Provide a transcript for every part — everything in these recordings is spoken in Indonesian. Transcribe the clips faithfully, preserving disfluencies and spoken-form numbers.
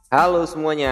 Halo semuanya.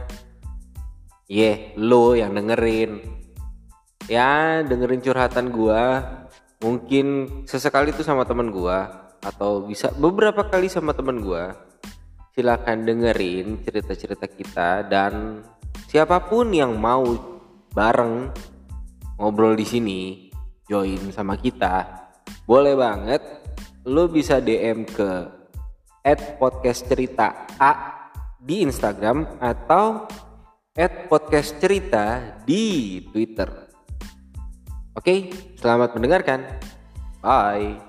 Ye, lo yang dengerin. Ya, dengerin curhatan gua. Mungkin sesekali tuh sama temen gua atau bisa beberapa kali sama temen gua. Silakan dengerin cerita-cerita kita dan siapapun yang mau bareng ngobrol di sini, join sama kita. Boleh banget. Lo bisa D M ke at podcast cerita A di Instagram atau at podcast cerita di Twitter. Oke, selamat mendengarkan. Bye.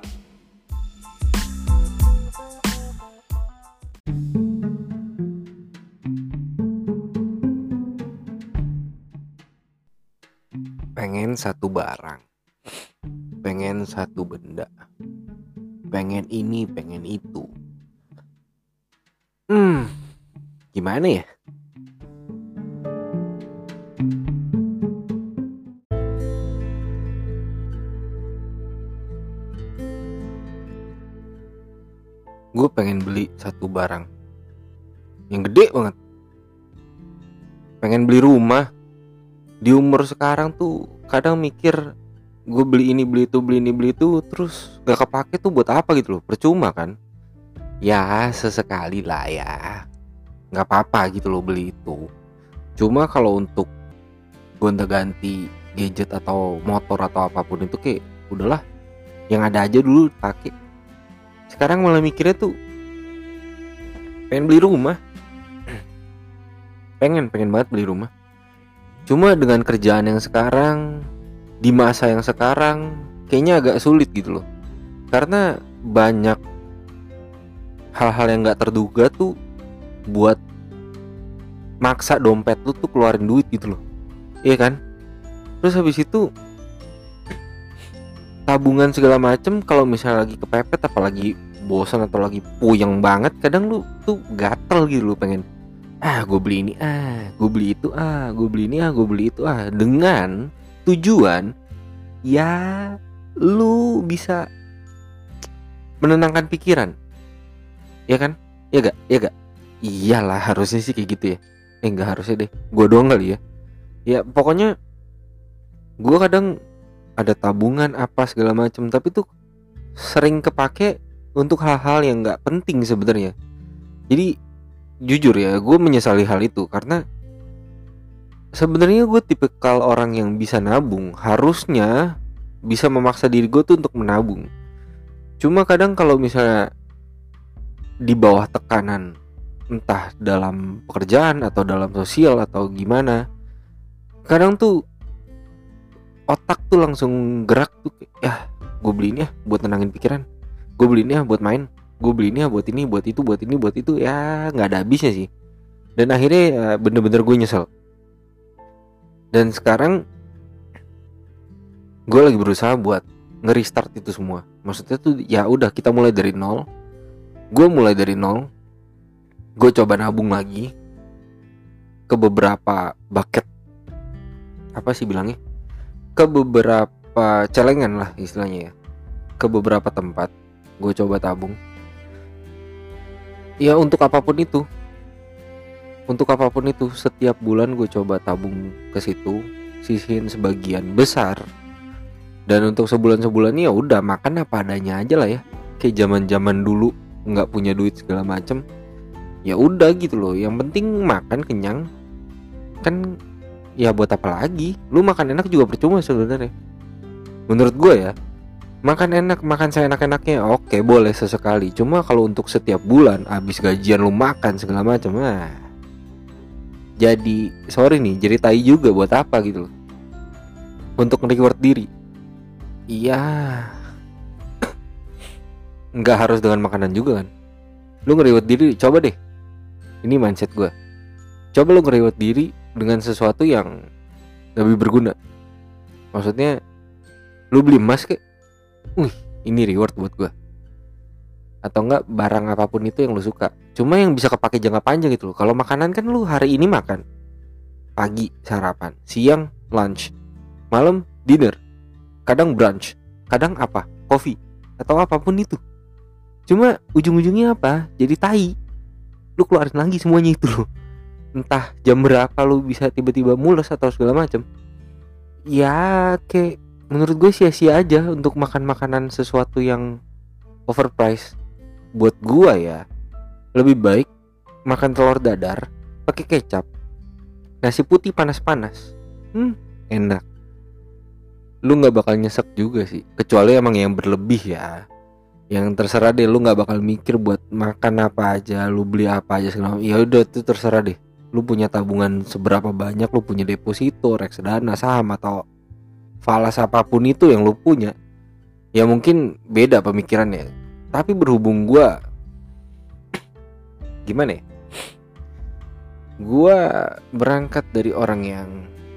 Pengen satu barang, pengen satu benda, pengen ini, pengen itu. Hmm, gimana ya? Gue pengen beli satu barang yang gede banget. Pengen beli rumah. Di umur sekarang tuh kadang mikir gue beli ini beli itu beli ini beli itu terus gak kepake tuh buat apa gitu loh, percuma kan. Ya sesekali lah ya, gak apa-apa gitu loh beli itu. Cuma kalau untuk gonta-ganti gadget atau motor atau apapun itu kayak udahlah yang ada aja dulu pakai. Sekarang malah mikirnya tuh pengen beli rumah. pengen pengen banget beli rumah. Cuma dengan kerjaan yang sekarang, di masa yang sekarang, kayaknya agak sulit gitu loh. Karena banyak hal-hal yang gak terduga tuh buat maksa dompet lu tuh keluarin duit gitu loh. Iya kan? Terus habis itu tabungan segala macem, kalau misalnya lagi kepepet apalagi bosan atau lagi puyeng banget, kadang lu tuh gatel gitu loh, pengen ah gue beli ini, ah gue beli itu, ah gue beli ini, ah gue beli itu, ah dengan tujuan ya lu bisa menenangkan pikiran, ya kan? Ya gak? Ya gak? Iyalah harusnya sih kayak gitu ya. Eh nggak harusnya deh, gue doang kali ya. Ya pokoknya gue kadang ada tabungan apa segala macem, tapi tuh sering kepake untuk hal-hal yang nggak penting sebenarnya. Jadi jujur ya, gue menyesali hal itu karena sebenarnya gue tipikal orang yang bisa nabung, harusnya bisa memaksa diri gue tuh untuk menabung. Cuma kadang kalau misalnya di bawah tekanan, entah dalam pekerjaan atau dalam sosial atau gimana, kadang tuh otak tuh langsung gerak tuh, ya gue beli ini ya buat tenangin pikiran, gue beli ini ya buat main, gue beli ini ya buat ini, buat itu, buat ini, buat itu, ya nggak ada habisnya sih. Dan akhirnya ya, bener-bener gue nyesel. Dan sekarang gue lagi berusaha buat nge-restart itu semua. Maksudnya tuh ya udah kita mulai dari nol. Gue mulai dari nol. Gue coba nabung lagi ke beberapa bucket, apa sih bilangnya, ke beberapa celengan lah istilahnya ya, ke beberapa tempat gue coba tabung. Ya untuk apapun itu, untuk apapun itu setiap bulan gue coba tabung ke situ, sisihin sebagian besar. Dan untuk sebulan-sebulan ya udah makan apa adanya aja lah ya, kayak zaman-zaman dulu nggak punya duit segala macem. Ya udah gitu loh, yang penting makan kenyang. Kan ya buat apa lagi? Lu makan enak juga percuma sebenarnya. Menurut gue ya, makan enak, makan seenak-enaknya oke boleh sesekali. Cuma kalau untuk setiap bulan abis gajian lu makan segala macam, nah jadi sorry nih, jadi tai juga buat apa gitu loh. Untuk reward diri. Iya, nggak harus dengan makanan juga kan. Lu nge-reward diri, coba deh. Ini mindset gue. Coba lu nge-reward diri dengan sesuatu yang lebih berguna. Maksudnya lu beli emas kayak, wih ini reward buat gue. Atau enggak barang apapun itu yang lu suka, cuma yang bisa kepake jangka panjang gitu loh. Kalau makanan kan lu hari ini makan, pagi sarapan, siang lunch, malam dinner, kadang brunch, kadang apa, coffee, atau apapun itu. Cuma ujung-ujungnya apa? Jadi tai. lu keluarin lagi semuanya itu loh. Entah jam berapa lu bisa tiba-tiba mules atau segala macam. Ya kayak menurut gue sia-sia aja untuk makan makanan sesuatu yang overpriced. Buat gue ya lebih baik makan telur dadar pakai kecap, nasi putih panas-panas, hmm enak. Lu nggak bakal nyesek juga sih, kecuali emang yang berlebih ya, yang terserah deh. Lu nggak bakal mikir buat makan apa aja, lu beli apa aja segala. Ya udah tuh terserah deh. Lu punya tabungan seberapa banyak, lu punya deposito, reksadana, saham atau falas apapun itu yang lu punya, ya mungkin beda pemikirannya. Tapi berhubung gua gimana ya, gua berangkat dari orang yang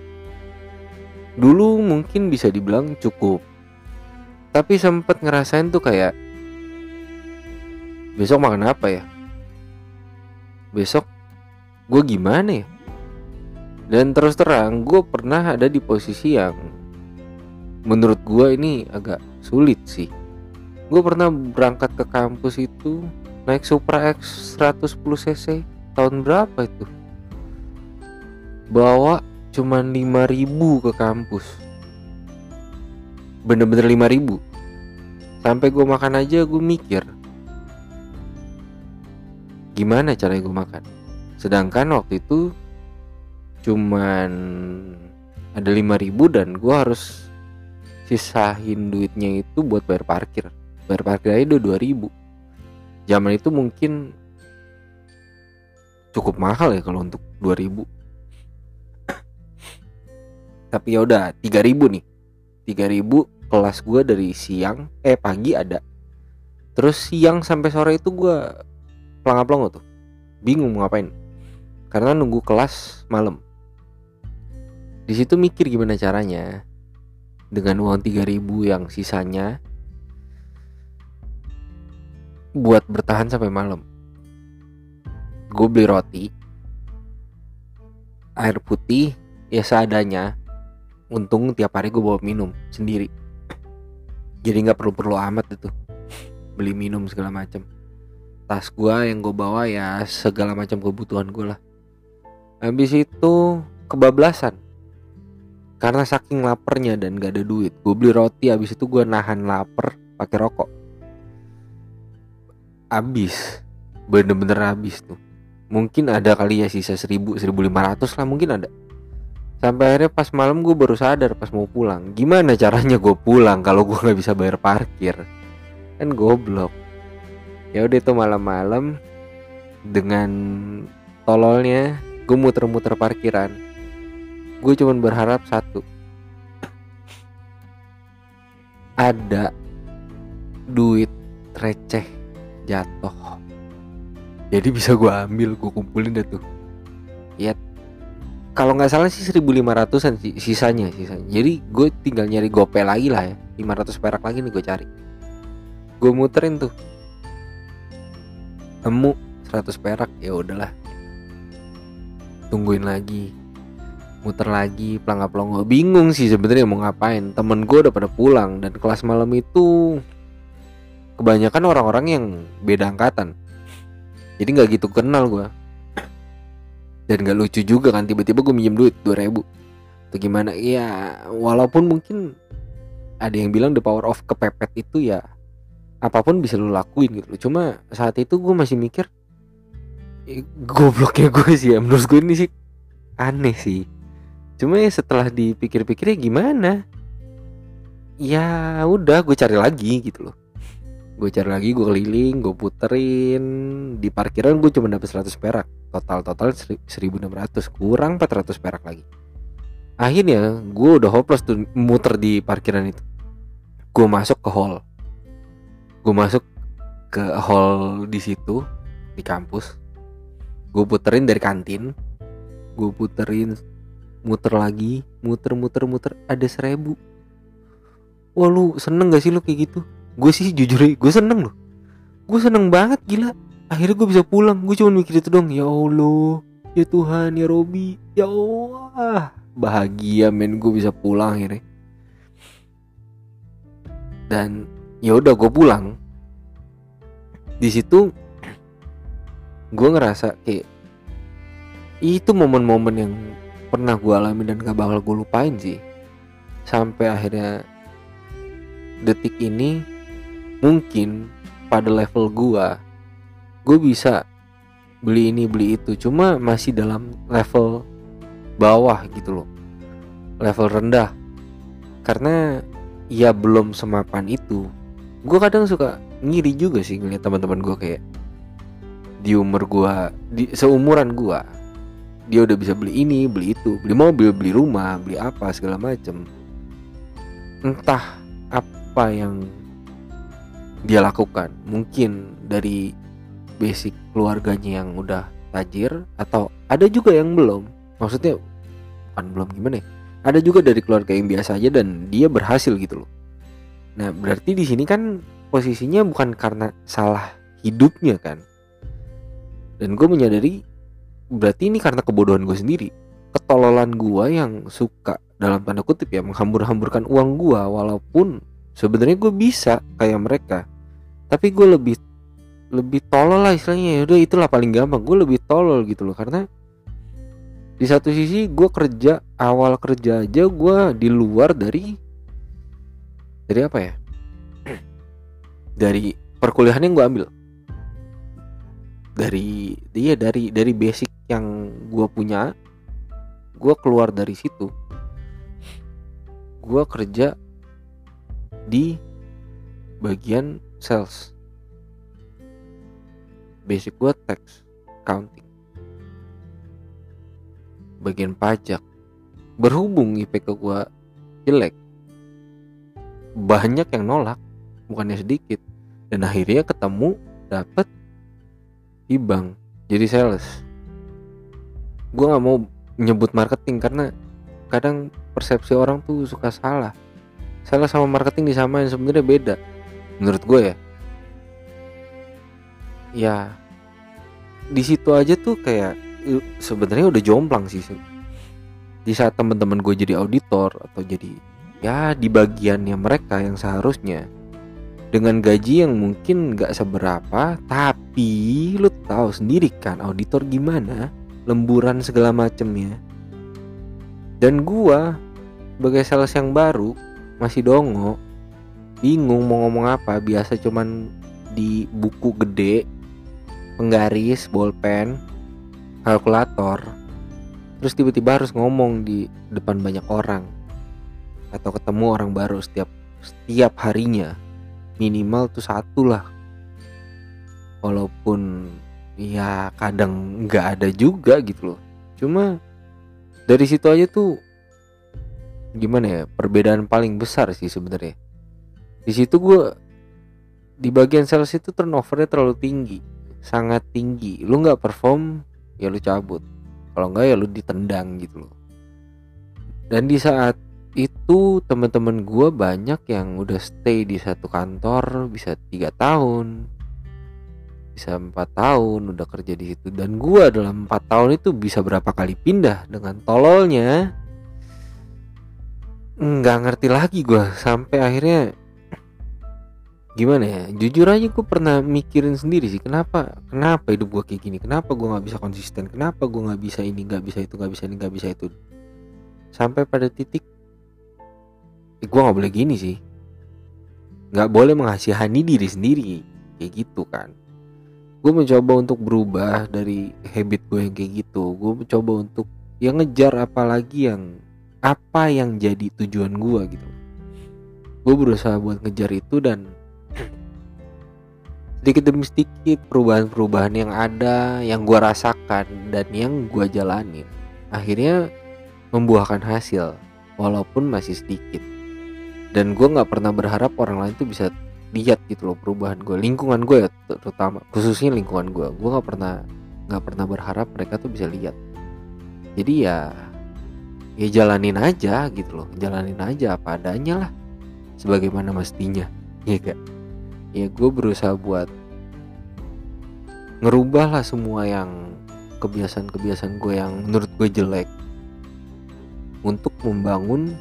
dulu mungkin bisa dibilang cukup, tapi sempet ngerasain tuh kayak besok makan apa ya, besok gue gimana ya. Dan terus terang gue pernah ada di posisi yang menurut gue ini agak sulit sih. Gue pernah berangkat ke kampus itu naik Supra X seratus sepuluh cc tahun berapa itu, bawa cuman lima ribu ke kampus, bener-bener lima ribu. Sampai gue makan aja gue mikir gimana caranya gue makan, sedangkan waktu itu cuman ada lima ribu dan gue harus sisahin duitnya itu buat bayar parkir. Bayar parkir aja udah dua ribu. Zaman itu mungkin cukup mahal ya kalau untuk dua ribu. Tapi ya udah tiga ribu nih. tiga ribu kelas gue dari siang eh pagi ada. Terus siang sampai sore itu gue pelangap-pelongo tuh. Bingung mau ngapain. Karena nunggu kelas malam. Di situ mikir gimana caranya dengan uang tiga ribu yang sisanya buat bertahan sampai malam. Gue beli roti, air putih ya seadanya. Untung tiap hari gue bawa minum sendiri, jadi nggak perlu-perlu amat itu beli minum segala macam. Tas gue yang gue bawa ya segala macam kebutuhan gue lah. Habis itu kebablasan karena saking laparnya dan gak ada duit. Gue beli roti, habis itu gue nahan lapar pakai rokok. Habis, bener-bener habis tuh. Mungkin ada kali ya sisa seribu, seribu lima ratus lah mungkin ada. Sampai akhirnya pas malam gue baru sadar pas mau pulang. Gimana caranya gue pulang kalau gue gak bisa bayar parkir? Kan goblok. Ya udah itu malam-malam dengan tololnya gue muter-muter parkiran. Gue cuman berharap satu, ada duit receh jatuh, jadi bisa gue ambil, gue kumpulin deh tuh. Ya kalau nggak salah sih seribu lima ratusan sisanya sisanya. Jadi gue tinggal nyari gopay lagi lah ya, lima ratus perak lagi nih gue cari. Gue muterin tuh, temu seratus perak, ya udahlah. Tungguin lagi, muter lagi, pelangga-pelongo. Bingung sih sebenarnya mau ngapain. Temen gue udah pada pulang dan kelas malam itu kebanyakan orang-orang yang beda angkatan, jadi nggak gitu kenal gue. Dan nggak lucu juga kan tiba-tiba gue minjem duit dua ribu atau gimana. Ya walaupun mungkin ada yang bilang the power of kepepet itu ya apapun bisa lu lakuin gitu. Cuma saat itu gue masih mikir, eh, gobloknya gue sih ya, menurut gue ini sih aneh sih. Cuma ya setelah dipikir-pikir ya gimana, ya udah gue cari lagi gitu loh. Gue cari lagi, gue keliling, gue puterin. Di parkiran gue cuma dapet seratus perak. Total-total seribu enam ratus, kurang empat ratus perak lagi. Akhirnya gue udah hopeless tuh muter di parkiran itu. Gue masuk ke hall. Gue masuk ke hall di situ di kampus. Gue puterin dari kantin. Gue puterin, muter lagi, muter-muter-muter, ada seribu. Wah lu seneng gak sih lu kayak gitu? Gue sih jujur aja, gue seneng loh. Gue seneng banget gila. Akhirnya gue bisa pulang. Gue cuma mikir itu dong. Ya Allah, ya Tuhan, ya Robi, ya Allah, bahagia men, gue bisa pulang akhirnya. Dan ya udah gue pulang. Di situ gue ngerasa kayak itu momen-momen yang pernah gue alami dan gak bakal gue lupain sih. Sampai akhirnya detik ini mungkin pada level gue, gue bisa beli ini beli itu, cuma masih dalam level bawah gitu loh, level rendah. Karena ya belum semapan itu. Gue kadang suka ngiri juga sih ngeliat teman-teman gue kayak di umur gue, di seumuran gue, dia udah bisa beli ini, beli itu, beli mobil, beli rumah, beli apa segala macem. Entah apa yang dia lakukan, mungkin dari basic keluarganya yang udah tajir, atau ada juga yang belum. Maksudnya bukan belum gimana ya? Ada juga dari keluarga yang biasa aja dan dia berhasil gitu loh. Nah, berarti di sini kan posisinya bukan karena salah hidupnya kan. Dan gue menyadari berarti ini karena kebodohan gue sendiri, ketololan gue yang suka dalam tanda kutip ya menghambur-hamburkan uang gue, walaupun sebenarnya gue bisa kayak mereka, tapi gue lebih lebih tolol lah istilahnya. Ya udah, itulah paling gampang, gue lebih tolol gitu loh. Karena di satu sisi gue kerja, awal kerja aja gue di luar dari dari apa ya dari perkuliahan yang gue ambil, dari dia dari dari basic yang gue punya, gue keluar dari situ. Gue kerja di bagian sales, basic gue tax, accounting, bagian pajak. Berhubung I P K gue jelek, banyak yang nolak, bukannya sedikit. Dan akhirnya ketemu dapet di bank jadi sales. Gue nggak mau nyebut marketing karena kadang persepsi orang tuh suka salah. Sales sama marketing disamain, sebenarnya beda menurut gue ya. Ya di situ aja tuh kayak sebenarnya udah jomplang sih. Di saat teman-teman gue jadi auditor atau jadi ya di bagiannya mereka yang seharusnya dengan gaji yang mungkin gak seberapa, tapi lu tahu sendiri kan auditor gimana, lemburan segala macemnya. Dan gua sebagai sales yang baru, masih dongo, bingung mau ngomong apa. Biasa cuman di buku gede, penggaris, bolpen, kalkulator, terus tiba-tiba harus ngomong di depan banyak orang atau ketemu orang baru setiap setiap harinya. Minimal tuh satu lah, walaupun ya kadang nggak ada juga gitu loh. Cuma dari situ aja tuh gimana ya, perbedaan paling besar sih sebenarnya. Di situ gue di bagian sales itu turnovernya terlalu tinggi, sangat tinggi. Lu nggak perform ya lu cabut, kalau nggak ya lu ditendang gitu loh. Dan di saat itu teman-teman gue banyak yang udah stay di satu kantor bisa tiga tahun, bisa empat tahun udah kerja di situ. Dan gue dalam empat tahun itu bisa berapa kali pindah dengan tololnya, nggak ngerti lagi gue. Sampai akhirnya gimana ya, jujur aja gue pernah mikirin sendiri sih, kenapa kenapa hidup gue kayak gini, kenapa gue nggak bisa konsisten, kenapa gue nggak bisa ini, nggak bisa itu, nggak bisa ini, nggak bisa itu. Sampai pada titik gue gak boleh gini sih, gak boleh mengasihani diri sendiri kayak gitu kan. Gue mencoba untuk berubah dari habit gue yang kayak gitu. Gue mencoba untuk ya ngejar apalagi yang apa yang jadi tujuan gue gitu. Gue berusaha buat ngejar itu, dan sedikit demi sedikit perubahan-perubahan yang ada, yang gue rasakan dan yang gue jalanin, akhirnya membuahkan hasil walaupun masih sedikit. Dan gue nggak pernah berharap orang lain tuh bisa lihat gitu loh perubahan gue, lingkungan gue ya terutama, khususnya lingkungan gue. Gue nggak pernah nggak pernah berharap mereka tuh bisa lihat. Jadi ya ya jalanin aja gitu loh, jalanin aja apa adanya lah, sebagaimana mestinya, ya gak? Ya gue berusaha buat ngerubah lah semua yang kebiasaan-kebiasaan gue yang menurut gue jelek, untuk membangun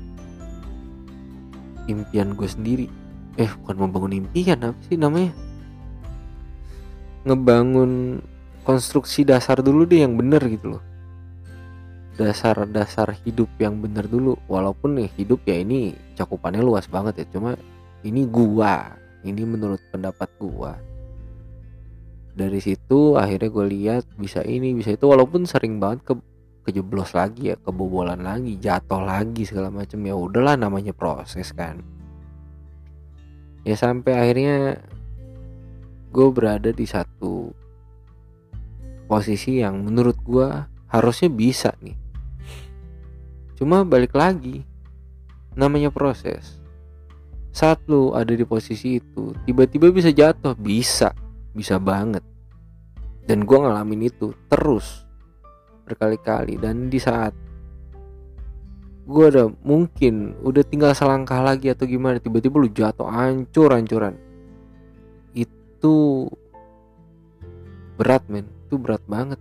impian gue sendiri. Eh bukan membangun impian, apa sih namanya, ngebangun konstruksi dasar dulu deh yang bener gitu loh. Dasar-dasar hidup yang bener dulu. Walaupun nih hidup ya ini cakupannya luas banget ya. Cuma ini gua, ini menurut pendapat gua. Dari situ akhirnya gue lihat bisa ini bisa itu, walaupun sering banget ke kejeblos lagi ya, kebobolan lagi, jatuh lagi segala macam. Ya udahlah, namanya proses kan. Ya sampai akhirnya gue berada di satu posisi yang menurut gue harusnya bisa nih. Cuma balik lagi, namanya proses. Saat lu ada di posisi itu, tiba-tiba bisa jatuh, bisa bisa banget. Dan gue ngalamin itu terus berkali-kali. Dan di saat gue udah mungkin udah tinggal selangkah lagi atau gimana, tiba-tiba lu jatuh hancur-hancuran, itu berat men, itu berat banget.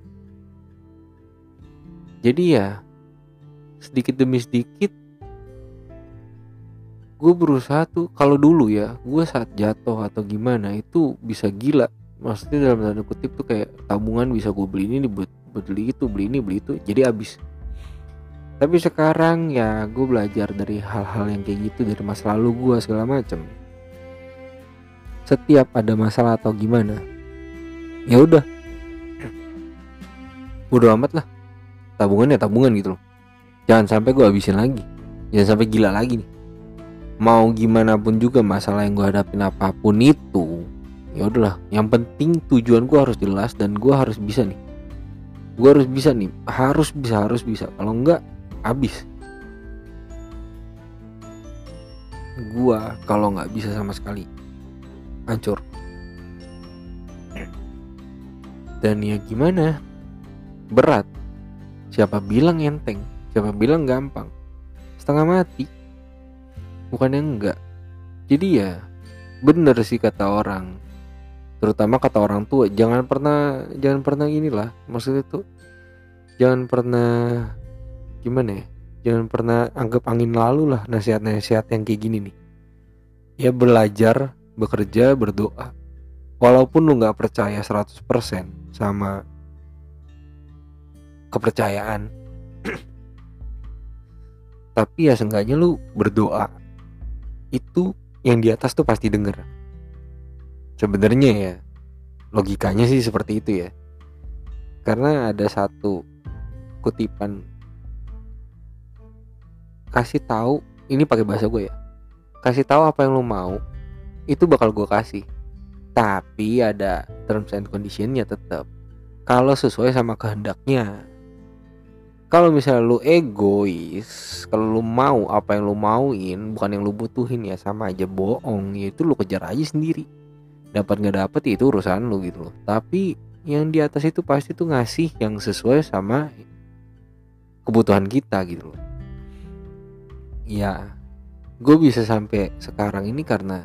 Jadi ya sedikit demi sedikit gue berusaha tuh. Kalau dulu ya gue saat jatuh atau gimana itu bisa gila, maksudnya dalam tanda kutip tuh kayak tabungan bisa gue beli ini, beli itu, beli ini, beli itu, jadi habis. Tapi sekarang ya gue belajar dari hal-hal yang kayak gitu, dari masa lalu gue segala macem. Setiap ada masalah atau gimana, ya udah, bodo amat lah, tabungan ya tabungan gitu loh. Jangan sampai gue habisin lagi, jangan sampai gila lagi nih. Mau gimana pun juga masalah yang gue hadapin apapun itu, ya udahlah, yang penting tujuan gue harus jelas dan gue harus bisa nih. Gue harus bisa nih, harus bisa, harus bisa. Kalau enggak, habis. Gue kalau nggak bisa sama sekali, hancur. Dan ya gimana? Berat. Siapa bilang enteng? Siapa bilang gampang? Setengah mati. Bukannya enggak. Jadi ya bener sih kata orang, terutama kata orang tua, jangan pernah jangan pernah inilah, maksudnya tuh jangan pernah gimana ya, jangan pernah anggap angin lalu lah nasihat-nasihat yang kayak gini nih. Ya belajar, bekerja, berdoa. Walaupun lu gak percaya seratus persen sama kepercayaan, tapi ya seenggaknya lu berdoa. Itu yang di atas tuh pasti denger. Sebenarnya ya logikanya sih seperti itu ya. Karena ada satu kutipan, kasih tahu, ini pakai bahasa gue ya, kasih tahu apa yang lo mau, itu bakal gue kasih. Tapi ada terms and conditionnya tetap. Kalau sesuai sama kehendaknya. Kalau misalnya lu egois, kalau lu mau apa yang lu mauin, bukan yang lu butuhin, ya sama aja bohong. Ya itu lu kejar aja sendiri. Dapat nggak dapat ya itu urusan lu gitu loh. Tapi yang di atas itu pasti tuh ngasih yang sesuai sama kebutuhan kita gitu loh. Ya, gue bisa sampai sekarang ini karena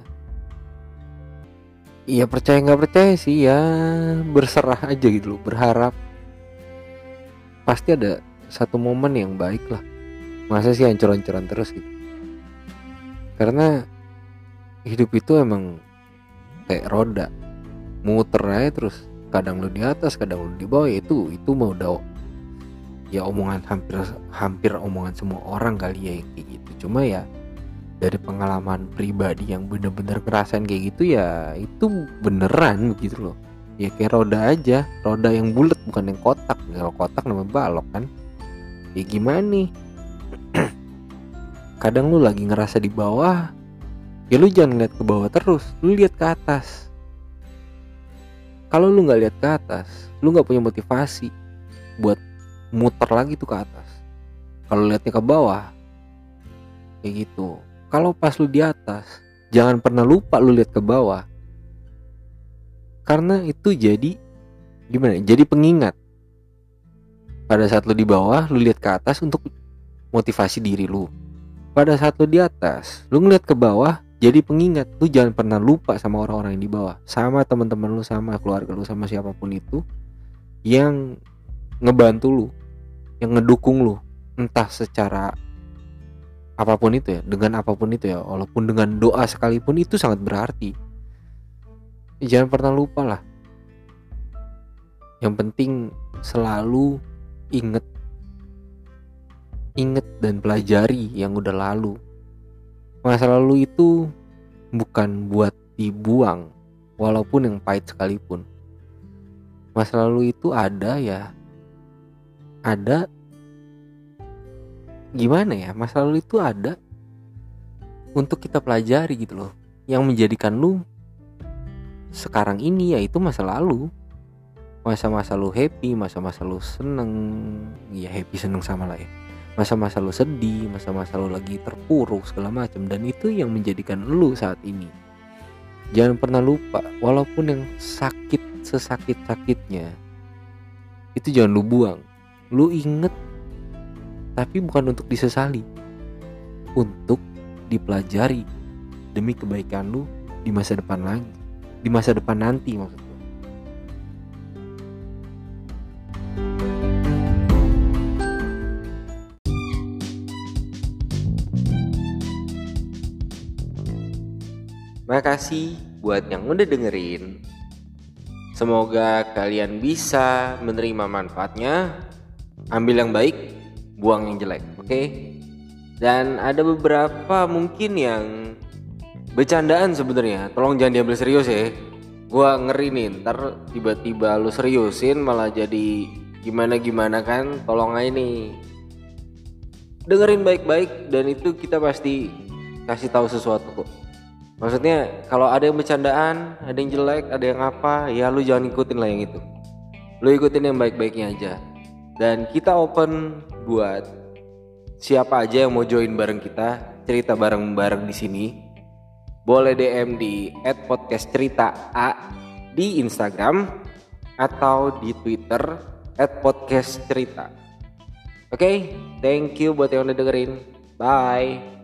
ya percaya nggak percaya sih ya, berserah aja gitu loh, berharap pasti ada satu momen yang baik lah. Masa sih hancur-hancuran terus gitu. Karena hidup itu emang kayak roda, muter aja terus. Kadang lu di atas, kadang lu di bawah. Itu itu mau udah ya omongan hampir hampir omongan semua orang kali ya kayak gitu. Cuma ya dari pengalaman pribadi yang bener-bener ngerasain kayak gitu, ya itu beneran gitu loh. Ya kayak roda aja, roda yang bulat bukan yang kotak. Kalau kotak namanya balok kan. Ya gimana nih? Kadang lu lagi ngerasa di bawah, ya lu jangan lihat ke bawah terus, lu lihat ke atas. Kalau lu nggak lihat ke atas, lu nggak punya motivasi buat muter lagi tuh ke atas. Kalau lihatnya ke bawah, kayak gitu. Kalau pas lu di atas, jangan pernah lupa lu lihat ke bawah. Karena itu jadi gimana? Jadi pengingat. Pada saat lu di bawah, lu lihat ke atas untuk motivasi diri lu. Pada saat lu di atas, lu ngeliat ke bawah, jadi pengingat. Lu jangan pernah lupa sama orang-orang yang di bawah, sama teman-teman lu, sama keluarga lu, sama siapapun itu yang ngebantu lu, yang ngedukung lu, entah secara apapun itu ya, dengan apapun itu ya, walaupun dengan doa sekalipun itu sangat berarti. Jangan pernah lupa lah. Yang penting selalu inget Inget dan pelajari yang udah lalu. Masa lalu itu bukan buat dibuang, walaupun yang pahit sekalipun. Masa lalu itu ada ya Ada Gimana ya, masa lalu itu ada untuk kita pelajari gitu loh. Yang menjadikan lu sekarang ini yaitu masa lalu. Masa-masa lu happy, masa-masa lu seneng. Ya happy seneng sama lah ya. Masa-masa lu sedih, masa-masa lu lagi terpuruk segala macam. Dan itu yang menjadikan lu saat ini. Jangan pernah lupa, walaupun yang sakit sesakit-sakitnya itu jangan lu buang. Lu inget, tapi bukan untuk disesali, untuk dipelajari demi kebaikan lu di masa depan lagi, di masa depan nanti maksudnya. Makasih buat yang udah dengerin. Semoga kalian bisa menerima manfaatnya. Ambil yang baik, buang yang jelek, oke? Okay? Dan ada beberapa mungkin yang bercandaan sebenarnya. Tolong jangan diambil serius ya. Gua ngeri nih, ntar tiba-tiba lu seriusin malah jadi gimana-gimana kan. Tolong aja nih, dengerin baik-baik, dan itu kita pasti kasih tahu sesuatu kok. Maksudnya kalau ada yang bercandaan, ada yang jelek, ada yang apa, ya lu jangan ikutin lah yang itu. Lu ikutin yang baik-baiknya aja. Dan kita open buat siapa aja yang mau join bareng kita, cerita bareng-bareng di sini. Boleh D M di et podcast cerita a di Instagram atau di Twitter et podcast cerita. Oke, okay? Thank you buat yang udah dengerin. Bye.